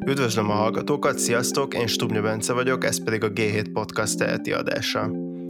Üdvözlöm a hallgatókat, sziasztok, én Stubnya Bence vagyok, ez pedig a G7 Podcast teheti adása.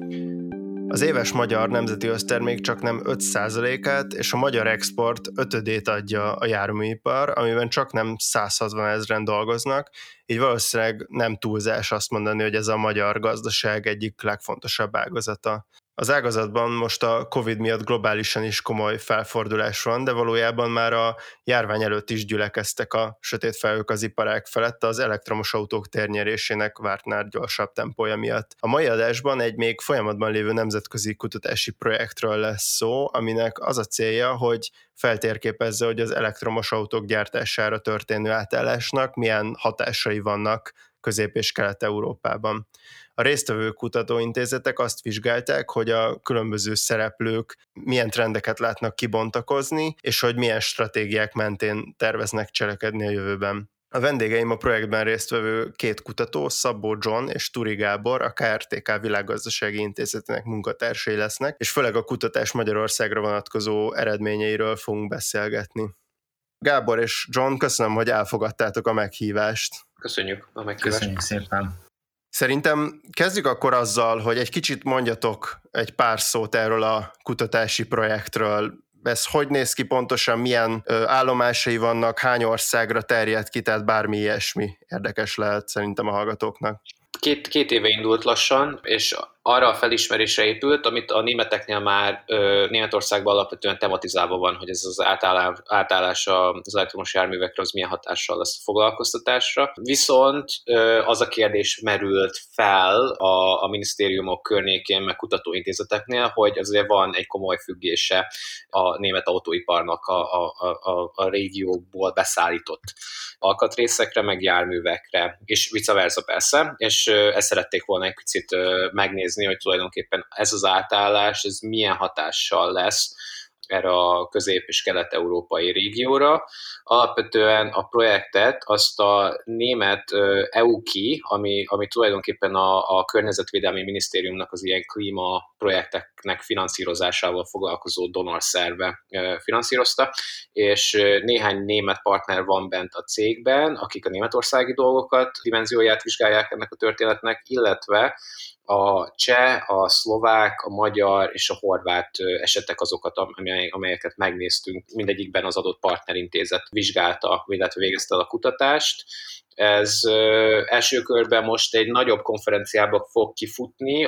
Az éves magyar nemzeti össztermék csak nem 5%-át, és a magyar export 5%-ét adja a járműipar, amiben csak nem 160 000 dolgoznak, így valószínűleg nem túlzás azt mondani, hogy ez a magyar gazdaság egyik legfontosabb ágazata. Az ágazatban most a Covid miatt globálisan is komoly felfordulás van, de valójában már a járvány előtt is gyülekeztek a sötét felhők az iparág felett az elektromos autók térnyerésének vártnál gyorsabb tempója miatt. A mai adásban egy még folyamatban lévő nemzetközi kutatási projektről lesz szó, aminek az a célja, hogy feltérképezze, hogy az elektromos autók gyártására történő átállásnak milyen hatásai vannak Közép- és Kelet-Európában. A résztvevő kutatóintézetek azt vizsgálták, hogy a különböző szereplők milyen trendeket látnak kibontakozni, és hogy milyen stratégiák mentén terveznek cselekedni a jövőben. A vendégeim a projektben résztvevő két kutató, Szabó John és Turi Gábor, a KRTK Világgazdasági Intézetének munkatársai lesznek, és főleg a kutatás Magyarországra vonatkozó eredményeiről fogunk beszélgetni. Gábor és John, köszönöm, hogy elfogadtátok a meghívást. Köszönjük a meghívást. Köszönjük szépen. Szerintem kezdjük akkor azzal, hogy egy kicsit mondjatok egy pár szót erről a kutatási projektről. Ez hogy néz ki pontosan, milyen állomásai vannak, hány országra terjed ki, tehát bármi ilyesmi érdekes lehet szerintem a hallgatóknak. Két éve indult lassan, és arra a felismerésre épült, amit a németeknél már Németországban alapvetően tematizálva van, hogy ez az átállás az elektromos járművekre az milyen hatással lesz a foglalkoztatásra. Viszont az a kérdés merült fel a minisztériumok környékén, meg kutatóintézeteknél, hogy azért van egy komoly függése a német autóiparnak a régióból beszállított alkatrészekre, meg járművekre, és vice versa persze, és ezt szerették volna egy picit megnézni, hogy tulajdonképpen ez az átállás, ez milyen hatással lesz erre a közép- és kelet-európai régióra. Alapvetően a projektet azt a német EUKI, ami tulajdonképpen a Környezetvédelmi Minisztériumnak az ilyen klímaprojekteknek finanszírozásával foglalkozó donorszerve finanszírozta, és néhány német partner van bent a cégben, akik a németországi dolgokat, dimenzióját vizsgálják ennek a történetnek, illetve a cseh, a szlovák, a magyar és a horvát esetek azokat, amelyeket megnéztünk. Mindegyikben az adott partnerintézet vizsgálta, illetve végezte el a kutatást. Ez első körben most egy nagyobb konferenciába fog kifutni,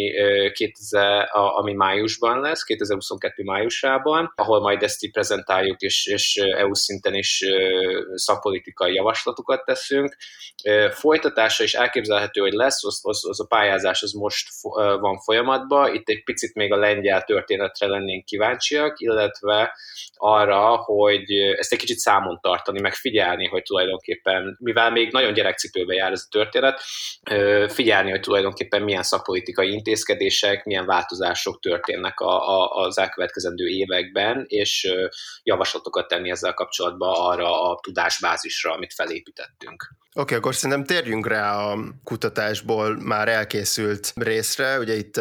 ami májusban lesz, 2022 májusában, ahol majd ezt így prezentáljuk, és EU szinten is szakpolitikai javaslatokat teszünk. Folytatása is elképzelhető, hogy lesz, az a pályázás az most van folyamatban. Itt egy picit még a lengyel történetre lennénk kíváncsiak, illetve arra, hogy ezt egy kicsit számon tartani, meg figyelni, hogy tulajdonképpen, mivel még nagyon gyerekcipőbe jár ez a történet, figyelni, hogy tulajdonképpen milyen szakpolitikai intézkedések, milyen változások történnek az elkövetkezendő években, és javaslatokat tenni ezzel kapcsolatban arra a tudásbázisra, amit felépítettünk. Oké, akkor szerintem térjünk rá a kutatásból már elkészült részre. Ugye itt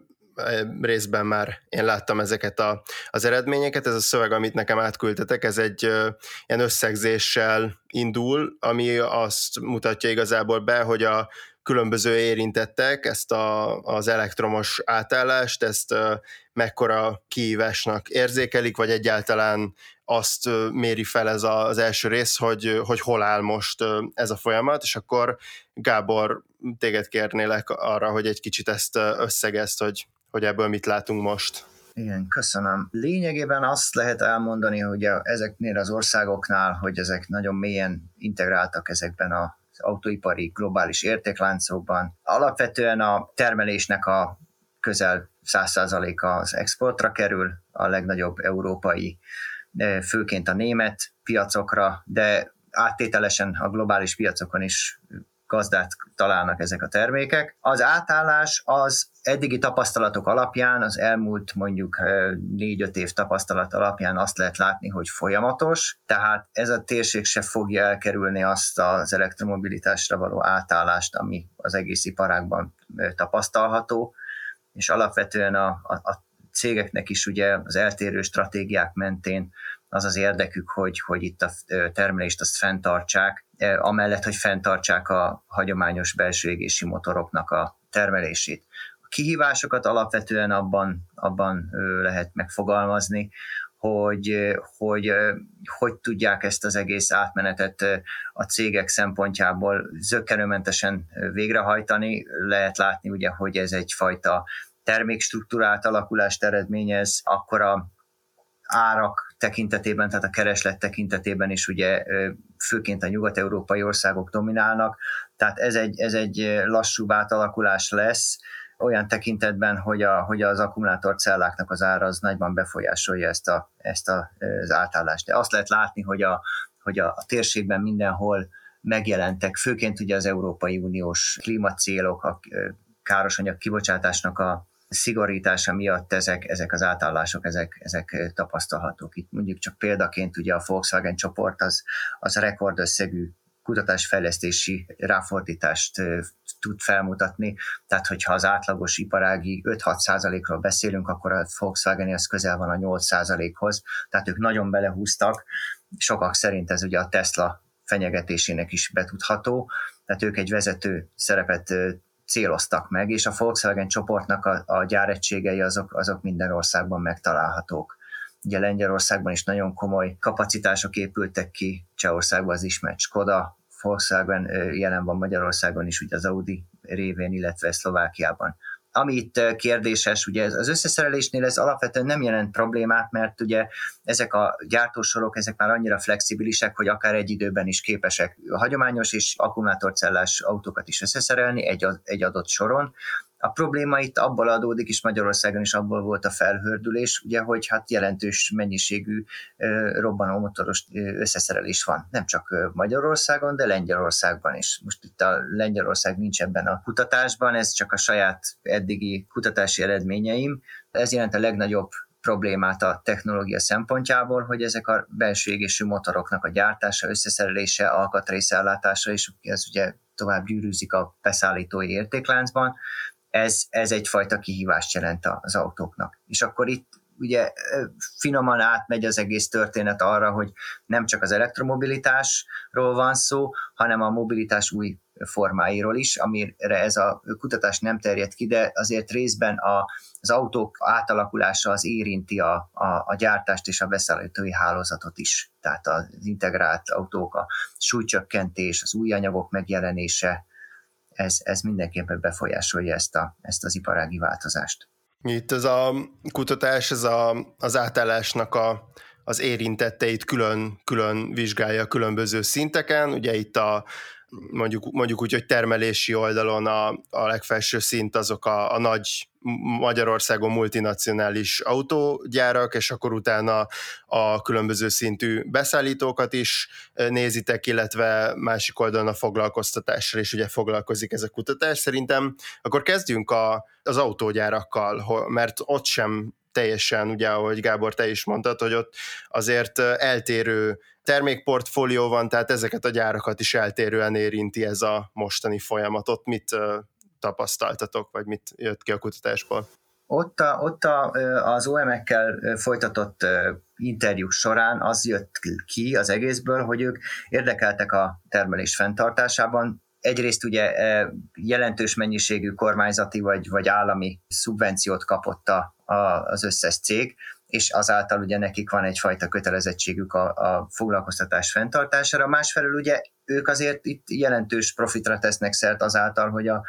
részben már én láttam ezeket az eredményeket. Ez a szöveg, amit nekem átküldtetek, ez egy ilyen összegzéssel indul, ami azt mutatja igazából be, hogy a különböző érintettek ezt az elektromos átállást, ezt mekkora kihívásnak érzékelik, vagy egyáltalán azt méri fel ez az első rész, hogy hol áll most ez a folyamat, és akkor Gábor, téged kérnélek arra, hogy egy kicsit ezt összegezd, hogy ebből mit látunk most. Igen, köszönöm. Lényegében azt lehet elmondani, hogy ezeknél az országoknál, hogy ezek nagyon mélyen integráltak ezekben az autóipari globális értékláncokban. Alapvetően a termelésnek a közel 100%-a az exportra kerül, a legnagyobb európai, főként a német piacokra, de áttételesen a globális piacokon is gazdát találnak ezek a termékek. Az átállás az eddigi tapasztalatok alapján, az elmúlt mondjuk 4-5 év tapasztalat alapján azt lehet látni, hogy folyamatos, tehát ez a térség se fogja elkerülni azt az elektromobilitásra való átállást, ami az egész iparágban tapasztalható, és alapvetően a cégeknek is ugye az eltérő stratégiák mentén az az érdekük, hogy itt a termelést azt fenntartsák, amellett, hogy fenntartsák a hagyományos belső égési motoroknak a termelését. A kihívásokat alapvetően abban lehet megfogalmazni, hogy tudják ezt az egész átmenetet a cégek szempontjából zökkenőmentesen végrehajtani. Lehet látni ugye, hogy ez egyfajta termékstruktúrált alakulást eredményez, akkor a árak tekintetében, tehát a kereslet tekintetében is ugye főként a nyugat-európai országok dominálnak, tehát ez egy lassú átalakulás lesz, olyan tekintetben, hogy az akkumulátorcelláknak az ára az nagyban befolyásolja ezt az átállást. De azt lehet látni, hogy a térségben mindenhol megjelentek, főként ugye az Európai Uniós klímacélok, a károsanyag kibocsátásnak a szigorítása miatt ezek az átállások, ezek tapasztalhatók. Itt mondjuk csak példaként ugye a Volkswagen csoport az rekordösszegű kutatásfejlesztési ráfordítást tud felmutatni, tehát hogyha az átlagos iparági 5-6%-ról beszélünk, akkor a Volkswagen az közel van a 8%-hoz, tehát ők nagyon belehúztak, sokak szerint ez ugye a Tesla fenyegetésének is betudható, tehát ők egy vezető szerepet céloztak meg, és a Volkswagen csoportnak a gyáregységei azok minden országban megtalálhatók. Ugye Lengyelországban is nagyon komoly kapacitások épültek ki, Csehországban az ismert Skoda, Volkswagen jelen van Magyarországon is, ugye az Audi révén, illetve Szlovákiában. Ami itt kérdéses, ugye az összeszerelésnél ez alapvetően nem jelent problémát, mert ugye ezek a gyártósorok, ezek már annyira flexibilisek, hogy akár egy időben is képesek hagyományos és akkumulátorcellás autókat is összeszerelni egy adott soron. A probléma itt abból adódik, és Magyarországon is abból volt a felhördülés, ugye, hogy hát jelentős mennyiségű robbanómotoros összeszerelés van. Nem csak Magyarországon, de Lengyelországban is. Most itt a Lengyelország nincs ebben a kutatásban, ez csak a saját eddigi kutatási eredményeim. Ez jelent a legnagyobb problémát a technológia szempontjából, hogy ezek a belső égésű motoroknak a gyártása, összeszerelése, alkatrészellátása, és ez ugye tovább gyűrűzik a beszállítói értékláncban. Ez egyfajta kihívást jelent az autóknak. És akkor itt ugye finoman átmegy az egész történet arra, hogy nem csak az elektromobilitásról van szó, hanem a mobilitás új formáiról is, amire ez a kutatás nem terjed ki, de azért részben az autók átalakulása az érinti a gyártást és a beszállítói hálózatot is. Tehát az integrált autók, a súlycsökkentés, az új anyagok megjelenése, ez mindenképpen befolyásolja ezt az iparági változást. Itt ez a kutatás, az átállásnak az érintetteit külön vizsgálja különböző szinteken. Ugye itt mondjuk úgy, hogy termelési oldalon a legfelső szint azok a nagy Magyarországon multinacionális autógyárak, és akkor utána a különböző szintű beszállítókat is nézitek, illetve másik oldalon a foglalkoztatással is ugye foglalkozik ez a kutatás. Szerintem akkor kezdjünk az autógyárakkal, mert ott sem teljesen, ugye, ahogy Gábor, te is mondtad, hogy ott azért eltérő termékportfólió van, tehát ezeket a gyárakat is eltérően érinti ez a mostani folyamatot. Mit tapasztaltatok, vagy mit jött ki a kutatásból? Ott az OEM-ekkel folytatott interjúk során az jött ki az egészből, hogy ők érdekeltek a termelés fenntartásában. Egyrészt ugye jelentős mennyiségű kormányzati vagy állami szubvenciót kapott az összes cég, és azáltal ugye nekik van egyfajta kötelezettségük a foglalkoztatás fenntartására. Másfelől ugye ők azért itt jelentős profitra tesznek szert azáltal, hogy a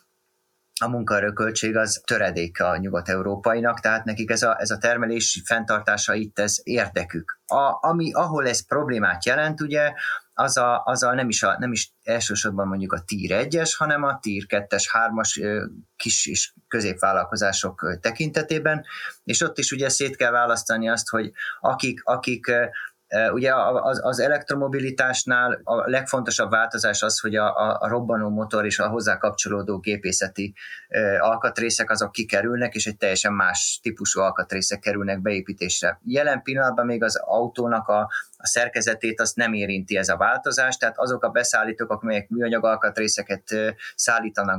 munkaerőköltség az töredék a nyugat-európainak, tehát nekik ez a termelés fenntartása itt ez érdekük. Ahol ez problémát jelent, ugye, az nem is elsősorban mondjuk a Tier 1-es, hanem a Tier 2-es, 3-as kis és középvállalkozások tekintetében, és ott is ugye szét kell választani azt, hogy akik ugye az elektromobilitásnál a legfontosabb változás az, hogy a robbanó motor és a hozzá kapcsolódó gépészeti alkatrészek azok kikerülnek, és egy teljesen más típusú alkatrészek kerülnek beépítésre. Jelen pillanatban még az autónak a szerkezetét azt nem érinti ez a változás, tehát azok a beszállítók, amelyek műanyag alkatrészeket szállítanak be,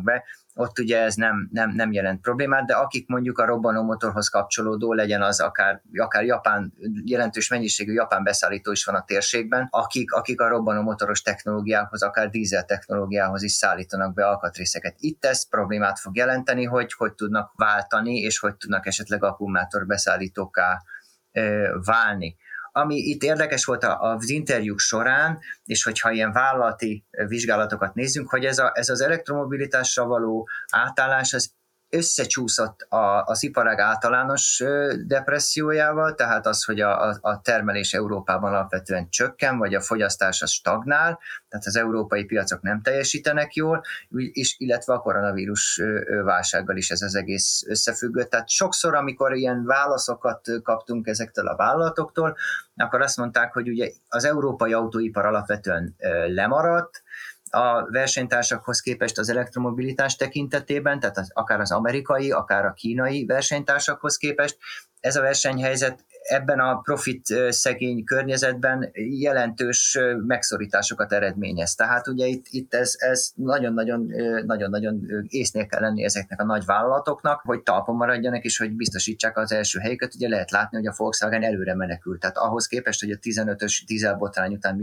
ott ugye ez nem jelent problémát, de akik mondjuk a robbanó motorhoz kapcsolódó, legyen az akár japán, jelentős mennyiségű japán beszállító is van a térségben, akik a robbanó motoros technológiához, akár dízel technológiához is szállítanak be alkatrészeket. Itt ez problémát fog jelenteni, hogy tudnak váltani, és hogy tudnak esetleg akkumulátor beszállítókká válni. Ami itt érdekes volt az interjúk során, és hogyha ilyen vállalati vizsgálatokat nézzünk, hogy ez az elektromobilitásra való átállás az összecsúszott az iparág általános depressziójával, tehát az, hogy a termelés Európában alapvetően csökken, vagy a fogyasztás az stagnál, tehát az európai piacok nem teljesítenek jól, illetve a koronavírus válsággal is ez az egész összefüggött. Tehát sokszor, amikor ilyen válaszokat kaptunk ezektől a vállalatoktól, akkor azt mondták, hogy ugye az európai autóipar alapvetően lemaradt, a versenytársakhoz képest az elektromobilitás tekintetében, tehát akár az amerikai, akár a kínai versenytársakhoz képest. Ez a versenyhelyzet ebben a profit szegény környezetben jelentős megszorításokat eredményez. Tehát ugye itt ez nagyon-nagyon észnél kell lenni ezeknek a nagy vállalatoknak, hogy talpon maradjanak, és hogy biztosítsák az első helyüket. Ugye lehet látni, hogy a Volkswagen előre menekült. Tehát ahhoz képest, hogy a 15-ös dízelbotrány után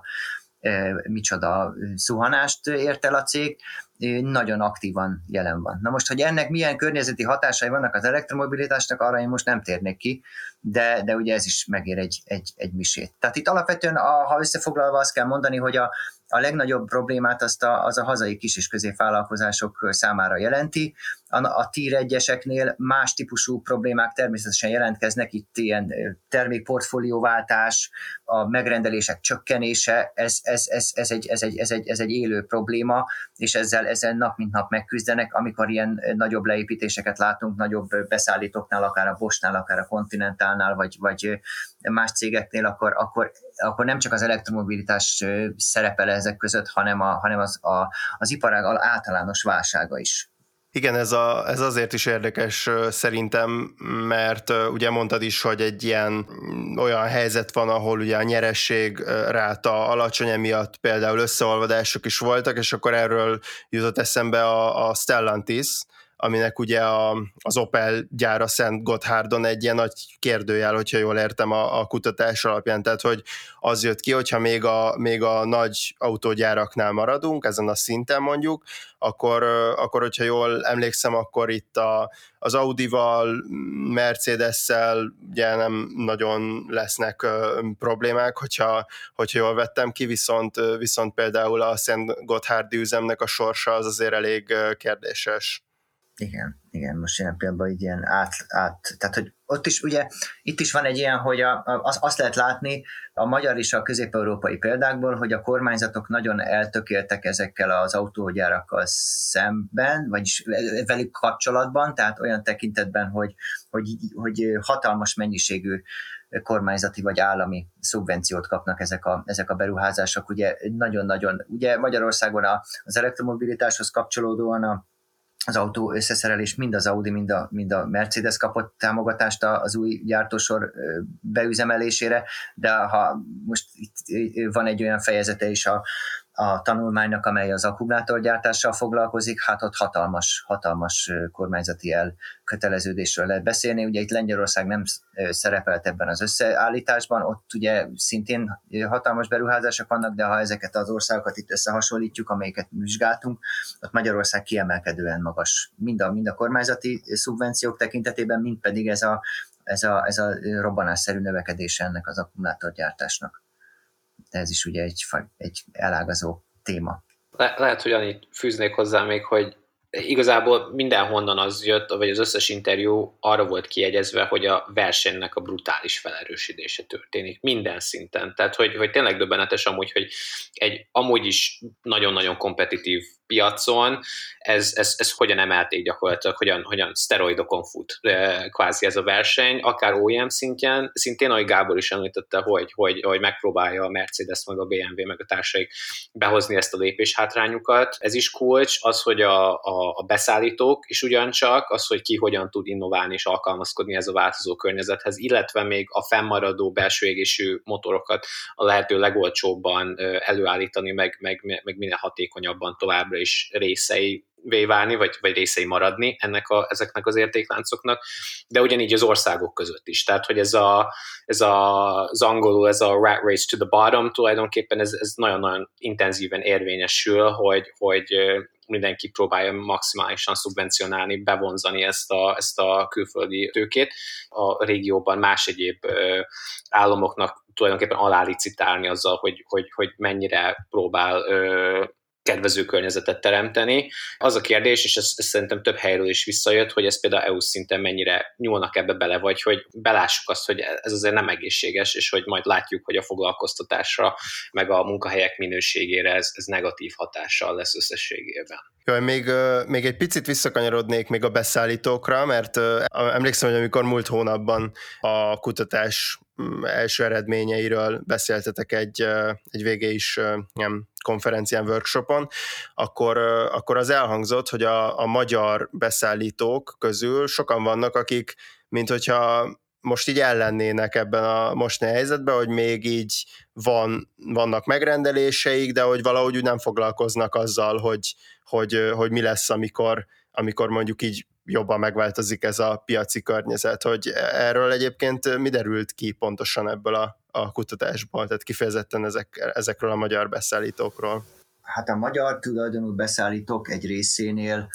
micsoda zuhanást ért el a cég, nagyon aktívan jelen van. Na most, hogy ennek milyen környezeti hatásai vannak az elektromobilitásnak, arra én most nem térnék ki, de ugye ez is megér egy misét. Tehát itt alapvetően, ha összefoglalva azt kell mondani, hogy a legnagyobb problémát az a hazai kis- és középvállalkozások számára jelenti. A Tier 1-eseknél más típusú problémák természetesen jelentkeznek, itt ilyen termékportfólióváltás, a megrendelések csökkenése, ez egy élő probléma, és ezzel nap mint nap megküzdenek, amikor ilyen nagyobb leépítéseket látunk, nagyobb beszállítóknál, akár a Boschnál, akár a Continentalnál, vagy más cégeknél, akkor nem csak az elektromobilitás szerepel ezek között, hanem az iparág általános válsága is. Igen, ez azért is érdekes szerintem, mert ugye mondtad is, hogy egy ilyen olyan helyzet van, ahol ugye a nyeresség ráta alacsony, emiatt például összeolvadások is voltak, és akkor erről jutott eszembe a Stellantis, aminek ugye az Opel gyára Szentgotthárdon egy ilyen nagy kérdőjel, hogyha jól értem a kutatás alapján, tehát hogy az jött ki, hogyha még a nagy autógyáraknál maradunk, ezen a szinten mondjuk, akkor hogyha jól emlékszem, akkor itt az Audival, Mercedes-szel ugye nem nagyon lesznek problémák, hogyha jól vettem ki, viszont például a Szentgotthárdi üzemnek a sorsa az azért elég kérdéses. Igen, most ilyen pillanatban így ilyen tehát hogy ott is ugye, itt is van egy ilyen, hogy azt lehet látni a magyar és a közép-európai példákból, hogy a kormányzatok nagyon eltökéltek ezekkel az autógyárakkal szemben, vagyis velük kapcsolatban, tehát olyan tekintetben, hogy hatalmas mennyiségű kormányzati vagy állami szubvenciót kapnak ezek a beruházások. Ugye nagyon-nagyon, ugye Magyarországon az elektromobilitáshoz kapcsolódóan az autó összeszerelés mind az Audi, mind a Mercedes kapott támogatást az új gyártósor beüzemelésére, de ha most itt van egy olyan fejezete is a tanulmánynak, amely az akkumulátorgyártással foglalkozik, hát ott hatalmas kormányzati elköteleződésről lehet beszélni. Ugye itt Lengyelország nem szerepelt ebben az összeállításban, ott ugye szintén hatalmas beruházások vannak, de ha ezeket az országokat itt összehasonlítjuk, amelyeket vizsgáltunk, ott Magyarország kiemelkedően magas, mind a kormányzati szubvenciók tekintetében, mind pedig ez a robbanásszerű növekedése ennek az akkumulátorgyártásnak. De ez is ugye egy elágazó téma. Lehet, hogy annyit fűznék hozzá még, hogy igazából mindenhonnan az jött, vagy az összes interjú arra volt kiegyezve, hogy a versenynek a brutális felerősödése történik minden szinten. Tehát, hogy tényleg döbbenetes amúgy, hogy egy amúgy is nagyon-nagyon kompetitív piacon ez hogyan emelték gyakorlatilag, hogyan szteroidokon fut kvázi ez a verseny, akár OEM szintén, ahogy Gábor is említette, hogy megpróbálja a Mercedes, meg a BMW, meg a társaik behozni ezt a lépéshátrányukat. Ez is kulcs, az, hogy a beszállítók is ugyancsak, az, hogy ki hogyan tud innoválni és alkalmazkodni ez a változó környezethez, illetve még a fennmaradó belső égésű motorokat a lehető legolcsóbban előállítani, meg minél hatékonyabban továbbra is részei válni, vagy részei maradni ezeknek az értékláncoknak, de ugyanígy az országok között is. Tehát, hogy az angolul, ez a rat race to the bottom, tulajdonképpen ez nagyon-nagyon intenzíven érvényesül, hogy mindenki próbálja maximálisan szubvencionálni, bevonzani ezt a külföldi tőkét. A régióban más egyéb államoknak tulajdonképpen alálicitálni azzal, hogy mennyire próbál kedvező környezetet teremteni. Az a kérdés, és ez szerintem több helyről is visszajött, hogy ez például EU szinten mennyire nyúlnak ebbe bele, vagy hogy belássuk azt, hogy ez azért nem egészséges, és hogy majd látjuk, hogy a foglalkoztatásra, meg a munkahelyek minőségére ez negatív hatással lesz összességében. Jó, még egy picit visszakanyarodnék még a beszállítókra, mert emlékszem, hogy amikor múlt hónapban a kutatás első eredményeiről beszéltetek egy VG-is konferencián, workshopon, akkor az elhangzott, hogy a magyar beszállítók közül sokan vannak, akik, mint hogyha most így ellennének ebben a mostani helyzetben, hogy még így vannak megrendeléseik, de hogy valahogy úgy nem foglalkoznak azzal, hogy mi lesz, amikor mondjuk így jobban megváltozik ez a piaci környezet, hogy erről egyébként mi derült ki pontosan ebből a kutatásból, tehát kifejezetten ezekről a magyar beszállítókról? Hát a magyar tulajdonú beszállítók egy részénél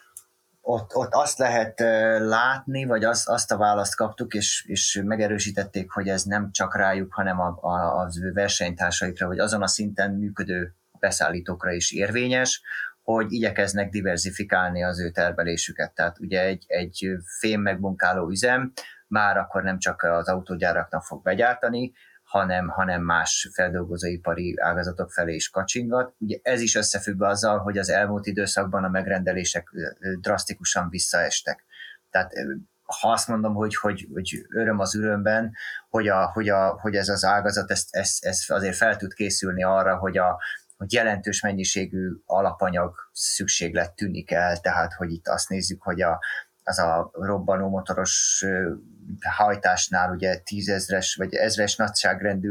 ott azt lehet látni, vagy azt a választ kaptuk, és megerősítették, hogy ez nem csak rájuk, hanem az versenytársaikra, vagy azon a szinten működő beszállítókra is érvényes, hogy igyekeznek diverzifikálni az ő termelésüket. Tehát ugye egy fém megmunkáló üzem már akkor nem csak az autógyáraknak fog begyártani, hanem más feldolgozóipari ágazatok felé is kacsingat. Ugye ez is összefügg azzal, hogy az elmúlt időszakban a megrendelések drasztikusan visszaestek. Tehát ha azt mondom, hogy öröm az örömben, hogy ez az ágazat ez azért fel tud készülni arra, hogy jelentős mennyiségű alapanyag szükséglet tűnik el, tehát hogy itt azt nézzük, hogy az a robbanómotoros hajtásnál ugye 10 000-es vagy 1000-es nagyságrendű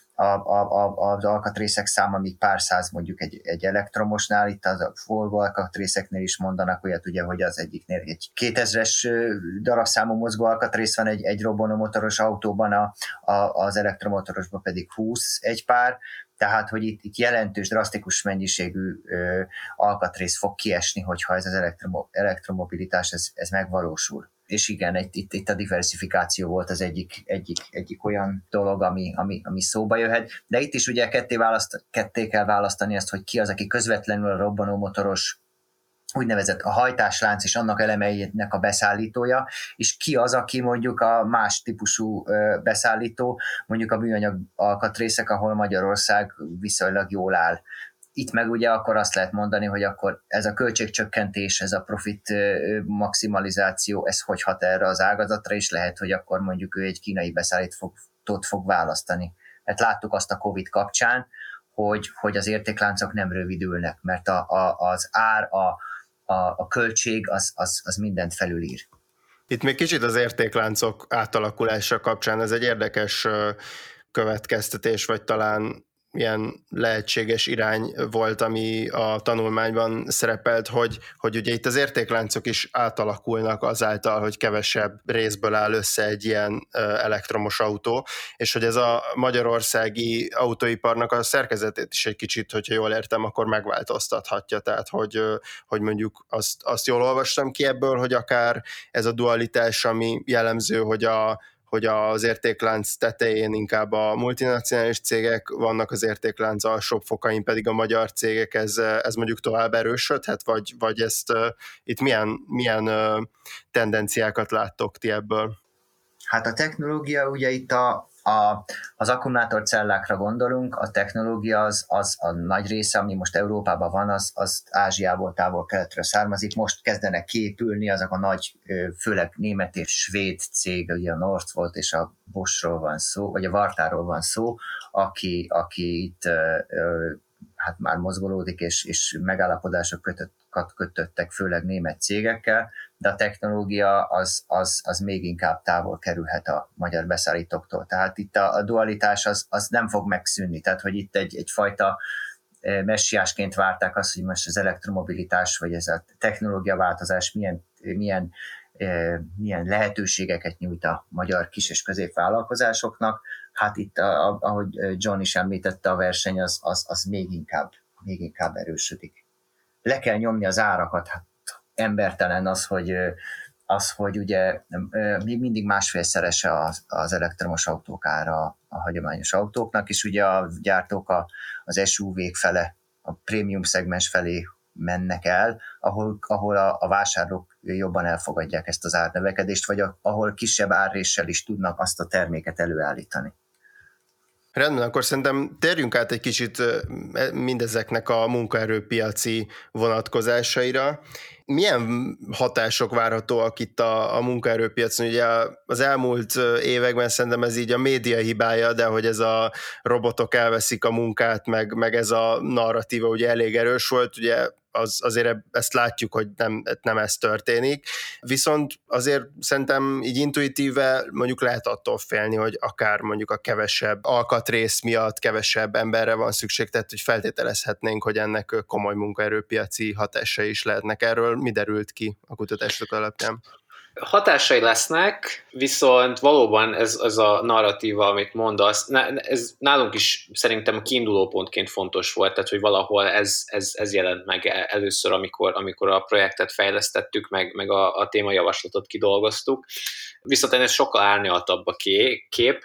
az alkatrészek száma, míg pár száz mondjuk egy elektromosnál, itt az a Volvo alkatrészeknél is mondanak olyat, ugye, hogy az egyiknél egy 2000-es darabszámú mozgó alkatrész van egy robbanómotoros autóban, az elektromotorosban pedig 20 egy pár, tehát, hogy itt jelentős, drasztikus mennyiségű alkatrész fog kiesni, hogyha ez az elektromobilitás ez megvalósul. És igen, itt a diversifikáció volt az egyik olyan dolog, ami szóba jöhet. De itt is ugye ketté kell választani azt, hogy ki az, aki közvetlenül a robbanómotoros úgynevezett a hajtáslánc és annak elemeinek a beszállítója, és ki az, aki mondjuk a más típusú beszállító, mondjuk a műanyag alkatrészek, ahol Magyarország viszonylag jól áll. Itt meg ugye akkor azt lehet mondani, hogy akkor ez a költségcsökkentés, ez a profit maximalizáció, ez hogy hat erre az ágazatra, és lehet, hogy akkor mondjuk ő egy kínai beszállítót fog választani. Mert láttuk azt a Covid kapcsán, hogy az értékláncok nem rövidülnek, mert az ár, a költség az mindent felülír. Itt még kicsit az értékláncok átalakulása kapcsán ez egy érdekes következtetés, vagy talán ilyen lehetséges irány volt, ami a tanulmányban szerepelt, hogy ugye itt az értékláncok is átalakulnak azáltal, hogy kevesebb részből áll össze egy ilyen elektromos autó, és hogy ez a magyarországi autóiparnak a szerkezetét is egy kicsit, hogyha jól értem, akkor megváltoztathatja. Tehát, hogy mondjuk azt jól olvastam ki ebből, hogy akár ez a dualitás, ami jellemző, hogy az értéklánc tetején inkább a multinacionális cégek vannak, az értéklánc alsóbb fokain pedig a magyar cégek, ez mondjuk tovább erősödhet, vagy ezt itt milyen tendenciákat láttok ti ebből? Hát a technológia, ugye itt az akkumulátorcellákra gondolunk, a technológia az a nagy része, ami most Európában van, az Ázsiából, távol-keletre származik. Most kezdenek kiépülni azok a nagy, főleg német és svéd cég, ugye a Northvolt és a Boschról van szó, vagy a Vartáról van szó, aki itt hát már mozgolódik, és megállapodásokat kötöttek főleg német cégekkel, de a technológia az még inkább távol kerülhet a magyar beszállítóktól. Tehát itt a dualitás az nem fog megszűnni, tehát hogy itt egyfajta messiásként várták azt, hogy most az elektromobilitás, vagy ez a technológiaváltozás milyen lehetőségeket nyújt a magyar kis- és középvállalkozásoknak. Hát itt, ahogy John is említette, a verseny az még inkább erősödik. Le kell nyomni az árakat, hát embertelen az, hogy ugye még mindig másfélszerese az elektromos autók ára a hagyományos autóknak, és ugye a gyártók az SUV-k fele, a prémium szegmens felé mennek el, ahol a vásárlók jobban elfogadják ezt az árnövekedést, vagy ahol kisebb árréssel is tudnak azt a terméket előállítani. Rendben, akkor szerintem térjünk át egy kicsit mindezeknek a munkaerőpiaci vonatkozásaira. Milyen hatások várhatóak itt a munkaerőpiacon? Ugye az elmúlt években szerintem ez így a média hibája, de hogy ez a robotok elveszik a munkát, meg ez a narratíva ugye elég erős volt, ugye azért ezt látjuk, hogy nem ez történik. Viszont azért szerintem így intuitíve mondjuk lehet attól félni, hogy akár mondjuk a kevesebb alkatrész miatt kevesebb emberre van szükség, tehát hogy feltételezhetnénk, hogy ennek komoly munkaerőpiaci hatásai is lehetnek. Erről mi derült ki a kutatások alapján? Hatásai lesznek, viszont valóban ez a narratíva, amit mondasz, ez nálunk is szerintem a kiinduló pontként fontos volt, tehát hogy valahol ez jelent meg először, amikor a projektet fejlesztettük, meg a témajavaslatot kidolgoztuk. Viszont ez sokkal árnyaltabb a kép,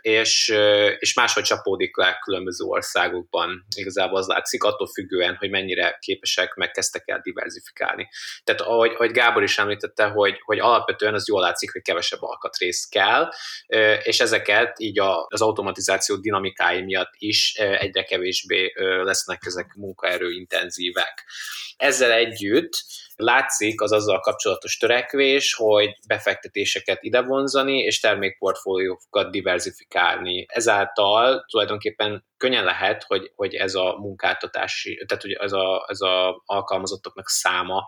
és máshogy csapódik le különböző országokban. Igazából az látszik, attól függően, hogy mennyire képesek, meg kezdtek el diversifikálni. Tehát ahogy Gábor is említette, hogy alapvetően az jól látszik, hogy kevesebb alkatrész kell, és ezeket így az automatizáció dinamikái miatt is egyre kevésbé lesznek ezek munkaerőintenzívek. Ezzel együtt látszik az azzal kapcsolatos törekvés, hogy befektetéseket idevonzani, és termékportfóliókat diversifikálni. Ezáltal tulajdonképpen könnyen lehet, hogy ez a munkáltatási, tehát hogy ez a alkalmazottaknak száma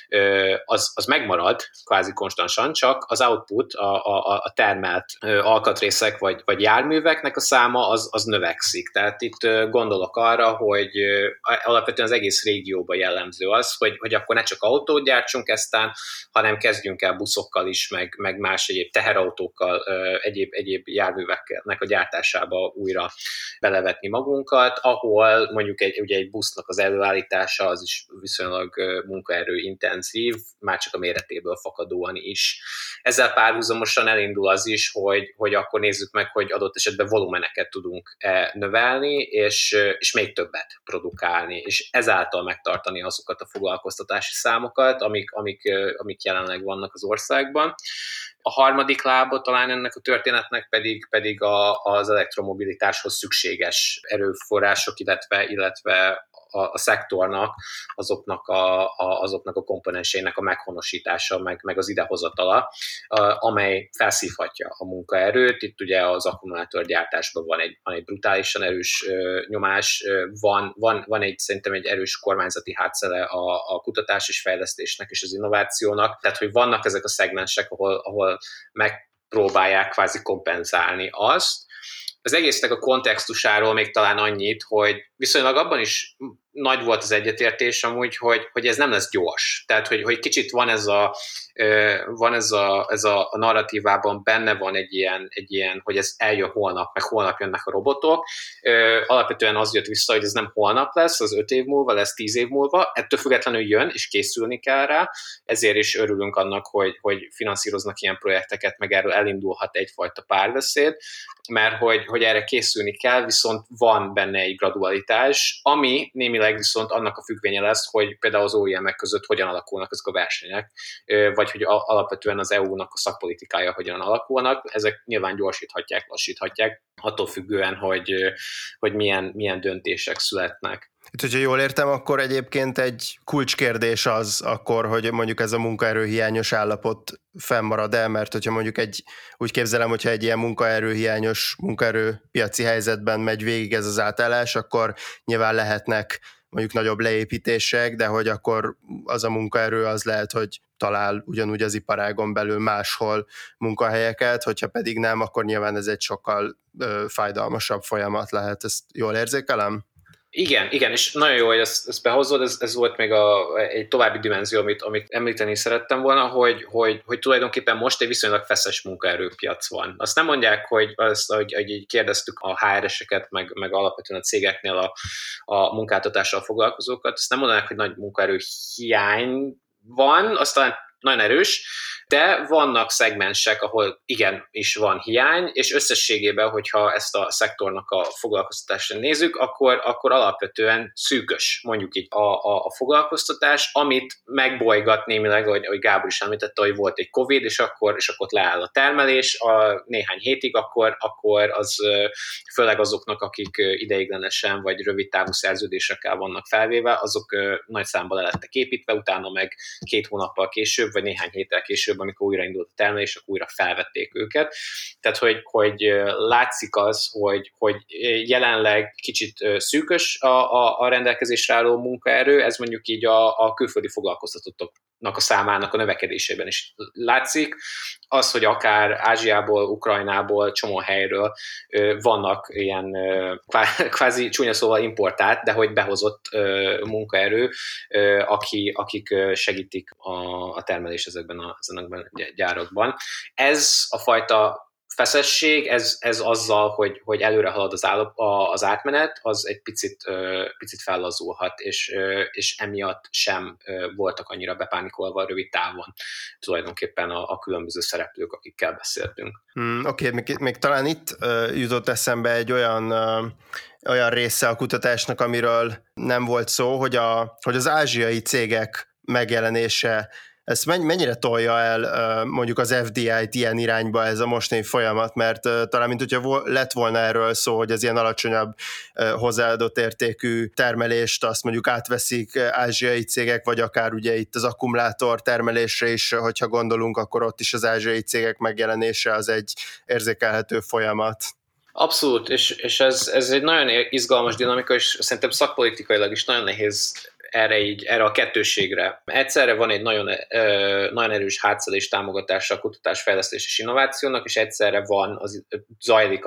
az megmarad kvázi konstansan, csak az output, a termelt alkatrészek vagy járműveknek a száma az növekszik. Tehát itt gondolok arra, hogy alapvetően az egész régióban jellemző az, hogy akkor ne csak autót gyártsunk eztán, hanem kezdjünk el buszokkal is, meg más egyéb teherautókkal, egyéb járműveknek a gyártásába újra belevetni magunkat, ahol mondjuk egy busznak az előállítása az is viszonylag munkaerőintenzív, már csak a méretéből fakadóan is. Ezzel párhuzamosan elindul az is, hogy akkor nézzük meg, hogy adott esetben volumeneket tudunk növelni, és még többet produkálni, és ezáltal megtartani azokat a foglalkoztatási számokat, amik jelenleg vannak az országban. A harmadik lába talán ennek a történetnek pedig az elektromobilitáshoz szükséges erőforrások, illetve a szektornak, azoknak a komponenseinek a meghonosítása, meg az idehozatala, amely felszívhatja a munkaerőt. Itt ugye az akkumulátorgyártásban van egy brutálisan erős nyomás, van szerintem egy erős kormányzati hátszele a kutatás és fejlesztésnek és az innovációnak, tehát hogy vannak ezek a szegmensek, ahol megpróbálják kvázi kompenzálni azt. Az egésznek a kontextusáról még talán annyit, hogy viszonylag abban is nagy volt az egyetértés amúgy, hogy ez nem lesz gyors. Tehát, hogy kicsit van ez a narratívában benne van egy ilyen, hogy ez eljön holnap, meg holnap jönnek a robotok. Alapvetően az jött vissza, hogy ez nem holnap lesz, az 5 év múlva lesz, 10 év múlva. Ettől függetlenül jön, és készülni kell rá. Ezért is örülünk annak, hogy finanszíroznak ilyen projekteket, meg erről elindulhat egyfajta párbeszéd, mert hogy erre készülni kell, viszont van benne egy gradualitás, ami némileg viszont annak a függvénye lesz, hogy például az OEM-ek között hogyan alakulnak ezek a versenyek, vagy hogy alapvetően az EU-nak a szakpolitikája hogyan alakulnak. Ezek nyilván gyorsíthatják, lassíthatják, attól függően, hogy milyen döntések születnek. Itt, hogyha jól értem, akkor egyébként egy kulcskérdés az akkor, hogy mondjuk ez a munkaerőhiányos állapot fennmarad-e, mert hogyha mondjuk úgy képzelem, hogyha egy ilyen munkaerőhiányos munkaerőpiaci helyzetben megy végig ez az átállás, akkor nyilván lehetnek mondjuk nagyobb leépítések, de hogy akkor az a munkaerő az lehet, hogy talál ugyanúgy az iparágon belül máshol munkahelyeket, hogyha pedig nem, akkor nyilván ez egy sokkal fájdalmasabb folyamat lehet. Ezt jól érzékelem? Igen, és nagyon jó, hogy ezt behozod, ez volt még egy további dimenzió, amit említeni szerettem volna, hogy tulajdonképpen most egy viszonylag feszes munkaerőpiac van. Azt nem mondják, hogy kérdeztük a HR-eseket, meg alapvetően a cégeknél a munkáltatással foglalkozókat, azt nem mondanák, hogy nagy munkaerő hiány van, aztán nagyon erős, de vannak szegmensek, ahol igenis van hiány, és összességében, hogyha ezt a szektornak a foglalkoztatását nézzük, akkor alapvetően szűkös, mondjuk így a foglalkoztatás, amit megbolygat némileg, ahogy Gábor is említette, hogy volt egy Covid, és akkor leáll a termelés néhány hétig, akkor az főleg azoknak, akik ideiglenesen vagy rövid távú szerződésekkel vannak felvéve, azok nagy számban le lettek építve, utána meg 2 hónappal később, vagy néhány héttel később, amikor újraindult a termelés, akkor újra felvették őket. Tehát, hogy látszik az, hogy jelenleg kicsit szűkös a rendelkezésre álló munkaerő, ez mondjuk így a külföldi foglalkoztatottaknak a számának a növekedésében is látszik. Az, hogy akár Ázsiából, Ukrajnából, csomó helyről vannak ilyen kvázi csúnya szóval importált, de hogy behozott munkaerő, akik segítik a termelés ezekben a gyárakban. Ez a fajta feszesség, ez azzal, hogy előre halad az átmenet, az egy picit fellazulhat, és emiatt sem voltak annyira bepánikolva a rövid távon tulajdonképpen a különböző szereplők, akikkel beszéltünk. Oké, még talán itt jutott eszembe egy olyan része a kutatásnak, amiről nem volt szó, hogy az ázsiai cégek megjelenése, ezt mennyire tolja el mondjuk az FDI-t ilyen irányba ez a mostani folyamat, mert talán mint hogyha lett volna erről szó, hogy az ilyen alacsonyabb hozzáadott értékű termelést azt mondjuk átveszik ázsiai cégek, vagy akár ugye itt az akkumulátor termelésre is, hogyha gondolunk, akkor ott is az ázsiai cégek megjelenése az egy érzékelhető folyamat. Abszolút, és ez egy nagyon izgalmas dinamika, és szerintem szakpolitikailag is nagyon nehéz erre a kettősségre. Egyszerre van egy nagyon erős hátszadés támogatása a kutatás, fejlesztés és innovációnak, és egyszerre zajlik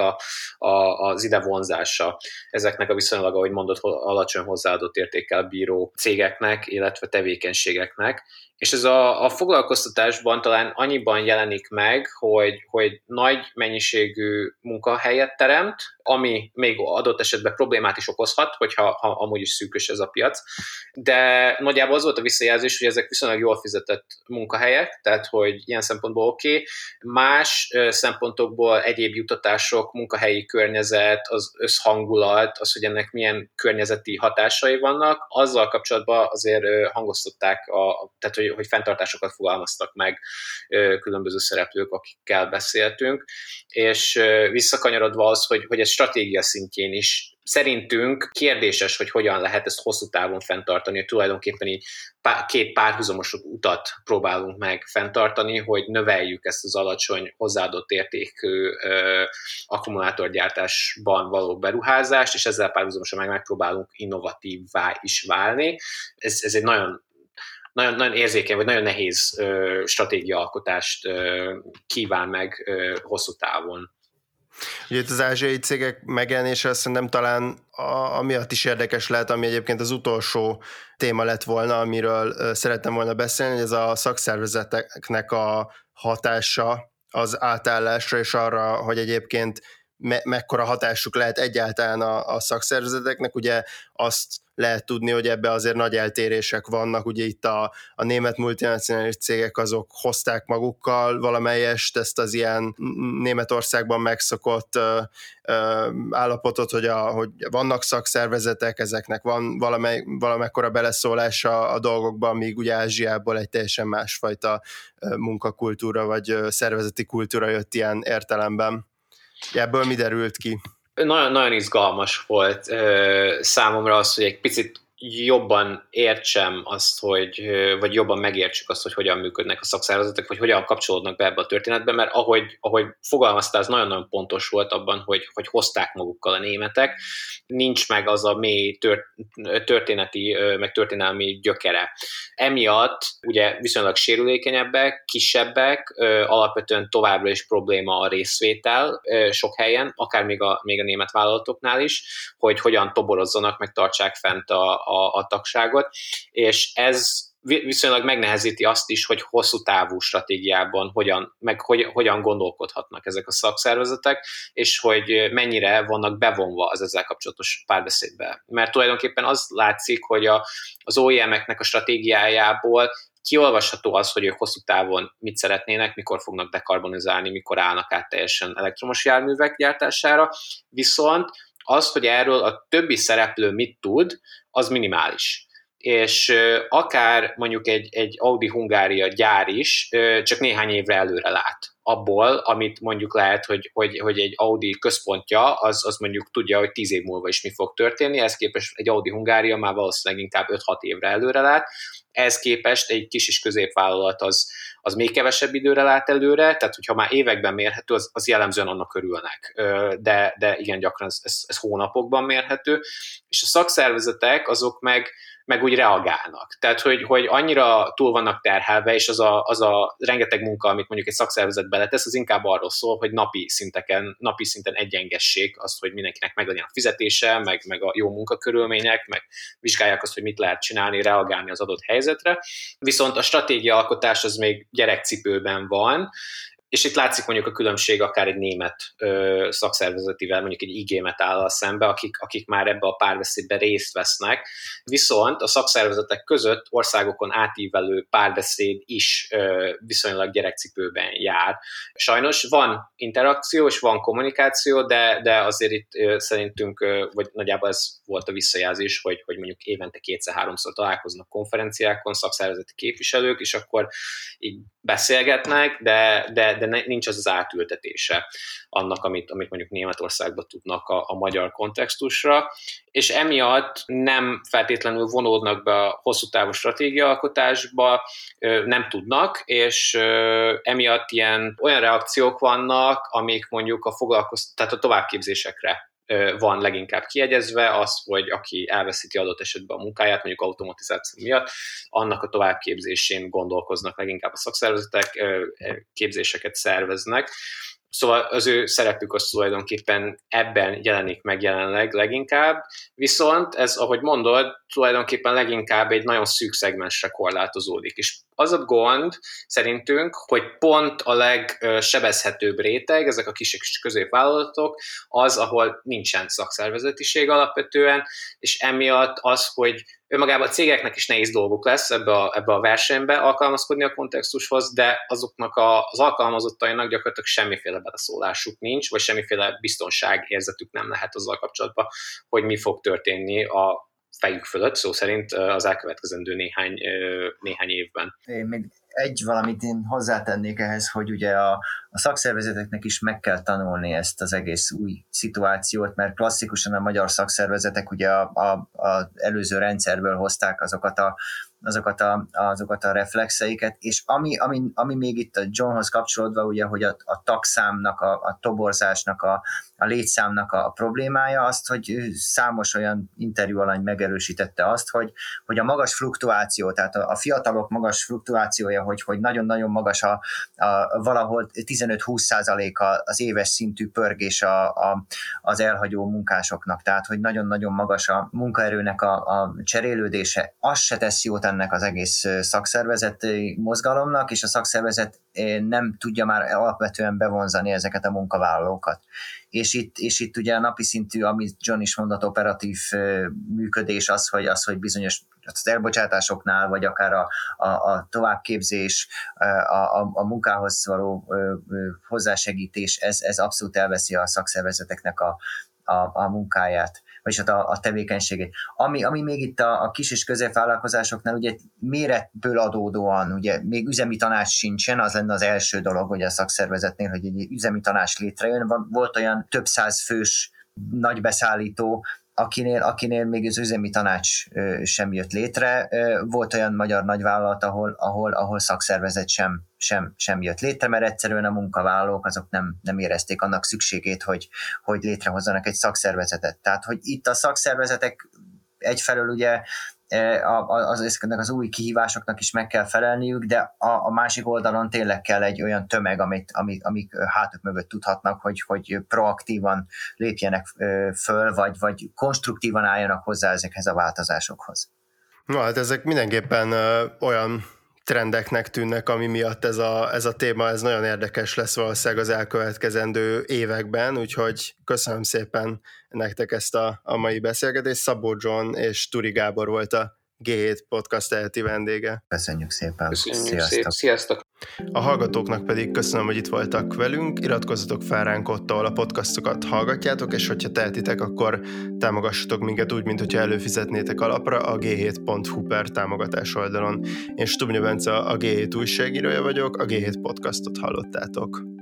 az ide vonzása ezeknek a viszonylag, ahogy mondott, alacsony hozzáadott értékkel bíró cégeknek, illetve tevékenységeknek. És ez a foglalkoztatásban talán annyiban jelenik meg, hogy nagy mennyiségű munkahelyet teremt, ami még adott esetben problémát is okozhat, hogyha amúgy is szűkös ez a piac. De nagyjából az volt a visszajelzés, hogy ezek viszonylag jól fizetett munkahelyek, tehát hogy ilyen szempontból oké. Más szempontokból egyéb jutatások, munkahelyi környezet, az összhangulat, az, hogy ennek milyen környezeti hatásai vannak, azzal kapcsolatban azért hangoztatták, tehát hogy fenntartásokat fogalmaztak meg különböző szereplők, akikkel beszéltünk, és visszakanyarodva az, hogy ez stratégia szintjén is szerintünk kérdéses, hogy hogyan lehet ezt hosszú távon fenntartani, hogy tulajdonképpen így 2 párhuzamos utat próbálunk meg fenntartani, hogy növeljük ezt az alacsony hozzáadott értékű akkumulátorgyártásban való beruházást, és ezzel párhuzamosan megpróbálunk innovatívvá is válni. Ez egy nagyon érzékeny, vagy nagyon nehéz stratégiaalkotást kíván meg hosszú távon. Ugye itt az ázsiai cégek megjelenése szerintem talán amiatt is érdekes lehet, ami egyébként az utolsó téma lett volna, amiről szerettem volna beszélni, hogy ez a szakszervezeteknek a hatása az átállásra, és arra, hogy egyébként mekkora hatásuk lehet egyáltalán a szakszervezeteknek. Ugye azt lehet tudni, hogy ebbe azért nagy eltérések vannak, ugye itt a német multinacionális cégek azok hozták magukkal valamelyest ezt az ilyen Németországban megszokott állapotot, hogy vannak szakszervezetek, ezeknek van valamekkora beleszólása a dolgokban, míg ugye Ázsiából egy teljesen másfajta munkakultúra vagy szervezeti kultúra jött ilyen értelemben. Ebből mi derült ki? Nagyon izgalmas volt számomra az, hogy egy picit jobban értsem azt, vagy jobban megértsük azt, hogy hogyan működnek a szakszervezetek, vagy hogyan kapcsolódnak be ebbe a történetbe, mert ahogy fogalmaztál, az nagyon-nagyon pontos volt abban, hogy hozták magukkal a németek, nincs meg az a mély történeti, meg történelmi gyökere. Emiatt ugye viszonylag sérülékenyebbek, kisebbek, alapvetően továbbra is probléma a részvétel sok helyen, akár még a német vállalatoknál is, hogy hogyan toborozzanak, meg tartsák fent a tagságot, és ez viszonylag megnehezíti azt is, hogy hosszú távú stratégiában hogyan gondolkodhatnak ezek a szakszervezetek, és hogy mennyire vannak bevonva az ezzel kapcsolatos párbeszédbe. Mert tulajdonképpen az látszik, hogy az OEM-eknek a stratégiájából kiolvasható az, hogy ők hosszú távon mit szeretnének, mikor fognak dekarbonizálni, mikor állnak át teljesen elektromos járművek gyártására, viszont az, hogy erről a többi szereplő mit tud, az minimális. És akár mondjuk egy Audi Hungária gyár is csak néhány évre előre lát abból, amit mondjuk lehet, hogy egy Audi központja, az mondjuk tudja, hogy 10 év múlva is mi fog történni, ehhez képest egy Audi Hungária már valószínűleg inkább 5-6 évre előre lát, ehhez képest egy kis és középvállalat az még kevesebb időre lát előre, tehát hogyha már években mérhető, az jellemzően annak örülnek, de igen gyakran ez hónapokban mérhető, és a szakszervezetek azok meg úgy reagálnak. Tehát, hogy annyira túl vannak terhelve, és az a rengeteg munka, amit mondjuk egy szakszervezet beletesz, az inkább arról szól, hogy napi szinten egyengessék azt, hogy mindenkinek meglegyen a fizetése, meg a jó munkakörülmények, meg vizsgálják azt, hogy mit lehet csinálni, reagálni az adott helyzetre. Viszont a stratégiaalkotás az még gyerekcipőben van, és itt látszik mondjuk a különbség akár egy német szakszervezetivel, mondjuk egy IG Metállal szembe, akik már ebbe a párbeszédbe részt vesznek, viszont a szakszervezetek között országokon átívelő párbeszéd is viszonylag gyerekcipőben jár. Sajnos van interakció és van kommunikáció, de azért itt szerintünk, vagy nagyjából ez volt a visszajelzés, hogy mondjuk évente 2-3-szor találkoznak konferenciákon szakszervezeti képviselők, és akkor így beszélgetnek, de nincs az átültetése annak, amit mondjuk Németországban tudnak a magyar kontextusra, és emiatt nem feltétlenül vonódnak be a hosszú távú stratégiaalkotásba, nem tudnak, és emiatt olyan reakciók vannak, amik mondjuk tehát a továbbképzésekre van leginkább kiegyezve, az, hogy aki elveszíti adott esetben a munkáját, mondjuk automatizáció miatt, annak a továbbképzésén gondolkoznak leginkább a szakszervezetek, képzéseket szerveznek. Szóval az ő szerepük az tulajdonképpen ebben jelenik meg jelenleg leginkább, viszont ez, ahogy mondod, tulajdonképpen leginkább egy nagyon szűk szegmensre korlátozódik. És az a gond szerintünk, hogy pont a legsebezhetőbb réteg, ezek a kis és középvállalatok, az, ahol nincsen szakszervezetiség alapvetően, és emiatt az, hogy önmagában a cégeknek is nehéz dolguk lesz ebbe a versenybe alkalmazkodni a kontextushoz, de azoknak az alkalmazottainak gyakorlatilag semmiféle beleszólásuk nincs, vagy semmiféle biztonságérzetük nem lehet azzal kapcsolatban, hogy mi fog történni a fejük fölött, szó szerint az elkövetkezendő néhány évben. Én még valamit én hozzátennék ehhez, hogy ugye a szakszervezeteknek is meg kell tanulni ezt az egész új szituációt, mert klasszikusan a magyar szakszervezetek ugye az előző rendszerből hozták azokat a reflexeiket, és ami még itt a Johnhoz kapcsolódva, ugye, hogy a tagszámnak, a toborzásnak, a létszámnak a problémája, azt, hogy számos olyan interjú alany megerősítette azt, hogy a magas fluktuáció, tehát a fiatalok magas fluktuációja, hogy nagyon-nagyon magas valahol 15-20% az éves szintű pörgés az elhagyó munkásoknak, tehát hogy nagyon-nagyon magas a munkaerőnek a cserélődése, az se tesz jót ennek az egész szakszervezeti mozgalomnak, és a szakszervezet nem tudja már alapvetően bevonzani ezeket a munkavállalókat. És itt ugye a napi szintű, amit John is mondott, operatív működés az, hogy bizonyos az elbocsátásoknál, vagy akár a továbbképzés, a munkához való hozzásegítés, ez abszolút elveszi a szakszervezeteknek a munkáját, vagyis a tevékenységét. Ami még itt a kis és középvállalkozásoknál ugye méretből adódóan, ugye még üzemi tanács sincsen, az lenne az első dolog, hogy a szakszervezetnél, hogy egy üzemi tanács létrejön. Volt olyan több száz fős nagy beszállító, akinél még az üzemi tanács sem jött létre. Volt olyan magyar nagyvállalat, ahol szakszervezet sem jött létre, mert egyszerűen a munkavállalók azok nem érezték annak szükségét, hogy létrehozzanak egy szakszervezetet. Tehát, hogy itt a szakszervezetek egyfelől ugye ezeknek az új kihívásoknak is meg kell felelniük, de a másik oldalon tényleg kell egy olyan tömeg, amik hátuk mögött tudhatnak, hogy proaktívan lépjenek föl, vagy konstruktívan álljanak hozzá ezekhez a változásokhoz. Na hát ezek mindenképpen olyan trendeknek tűnnek, ami miatt ez a téma, ez nagyon érdekes lesz valószínűleg az elkövetkezendő években, úgyhogy köszönöm szépen nektek ezt a mai beszélgetést. Szabó John és Turi Gábor volt a G7 Podcast eheti vendége. Köszönjük szépen. Sziasztok. A hallgatóknak pedig köszönöm, hogy itt voltak velünk, iratkozzatok fel ránk ott, ahol a podcastokat hallgatjátok, és hogyha tehetitek, akkor támogassatok minket úgy, mint hogyha előfizetnétek alapra a g7.hu per támogatás oldalon. Én Stubnya Bence, a G7 újságírója vagyok, a G7 Podcastot hallottátok.